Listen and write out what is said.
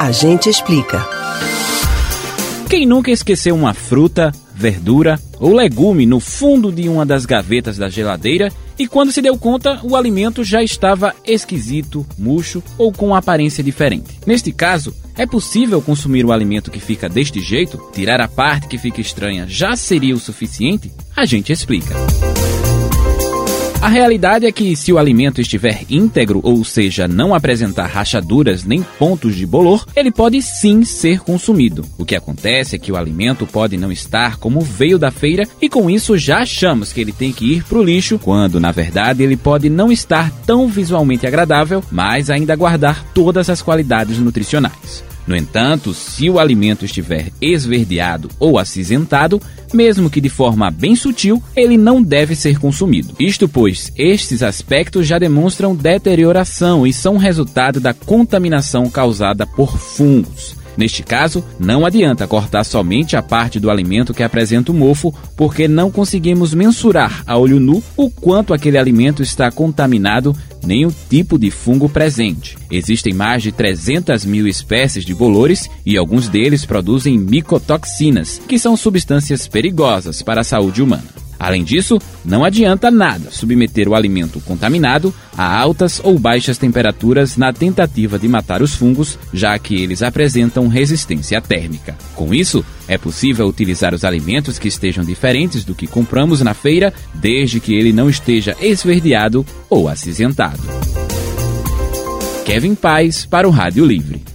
A gente explica. Quem nunca esqueceu uma fruta, verdura ou legume no fundo de uma das gavetas da geladeira e quando se deu conta, o alimento já estava esquisito, murcho ou com aparência diferente? Neste caso, é possível consumir o alimento que fica deste jeito? Tirar a parte que fica estranha já seria o suficiente? A gente explica. A realidade é que se o alimento estiver íntegro, ou seja, não apresentar rachaduras nem pontos de bolor, ele pode sim ser consumido. O que acontece é que o alimento pode não estar como veio da feira e com isso já achamos que ele tem que ir para o lixo, quando na verdade ele pode não estar tão visualmente agradável, mas ainda guardar todas as qualidades nutricionais. No entanto, se o alimento estiver esverdeado ou acinzentado, mesmo que de forma bem sutil, ele não deve ser consumido. Isto pois, estes aspectos já demonstram deterioração e são resultado da contaminação causada por fungos. Neste caso, não adianta cortar somente a parte do alimento que apresenta o mofo, porque não conseguimos mensurar a olho nu o quanto aquele alimento está contaminado, nem o tipo de fungo presente. Existem mais de 300 mil espécies de bolores e alguns deles produzem micotoxinas, que são substâncias perigosas para a saúde humana. Além disso, não adianta nada submeter o alimento contaminado a altas ou baixas temperaturas na tentativa de matar os fungos, já que eles apresentam resistência térmica. Com isso, é possível utilizar os alimentos que estejam diferentes do que compramos na feira, desde que ele não esteja esverdeado ou acinzentado. Kevin Paz para o Rádio Livre.